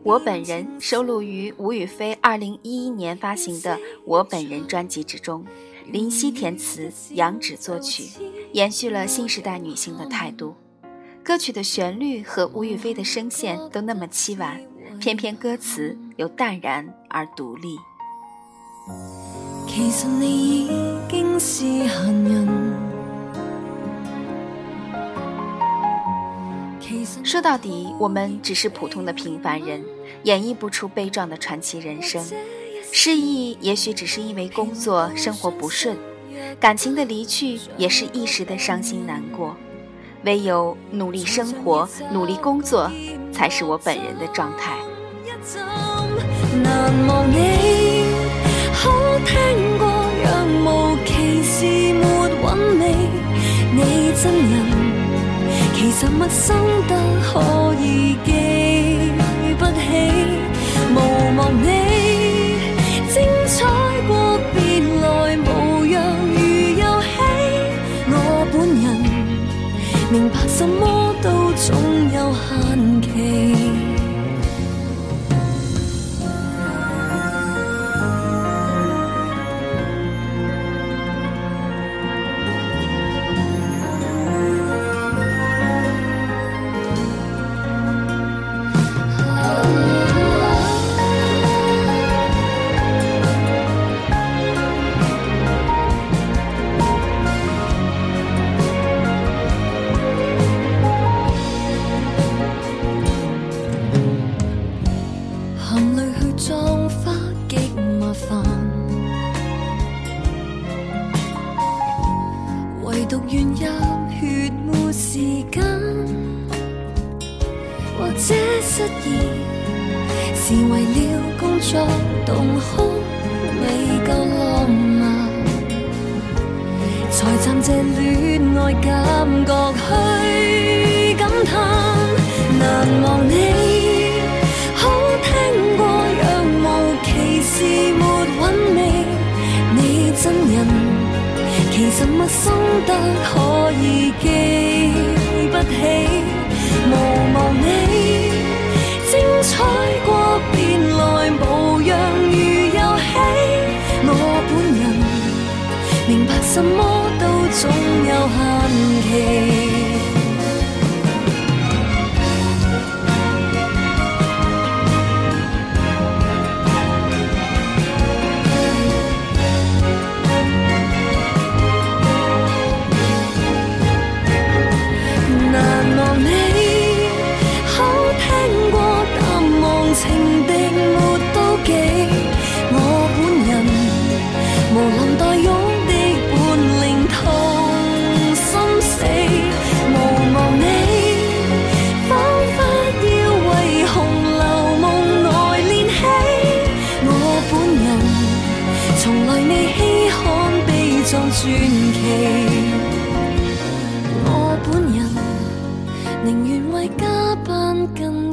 我本人收录于吴雨霏2011年发行的《我本人》专辑之中，林夕填词，杨芷作曲，延续了新时代女性的态度。歌曲的旋律和吴雨霏的声线都那么凄婉，偏偏歌词又淡然而独立。 其實你已經是閒人。 說到底，我們只是普通的平凡人，演繹不出悲壯的傳奇人生。失意也許只是因為工作生活不順，感情的離去也是一時的傷心難過。唯有努力生活，努力工作，才是我本人的狀態。 難忘你，可聽過若無其事沒韻味，你真人其實陌生得可以記不起，無望你精彩過別來無恙如遊戲，我本人明白什麼都總有限期。獨願入血沒時間，或者失意是為了工作動哭未夠浪漫，才暫借戀愛感覺去感嘆。難忘你，可聽過若無其事沒韻味，你真人其實陌生得可以記不起，無望你精彩過別來無恙如遊戲，我本人明白什麼都總有限期。傳奇，我本人寧願為加班跟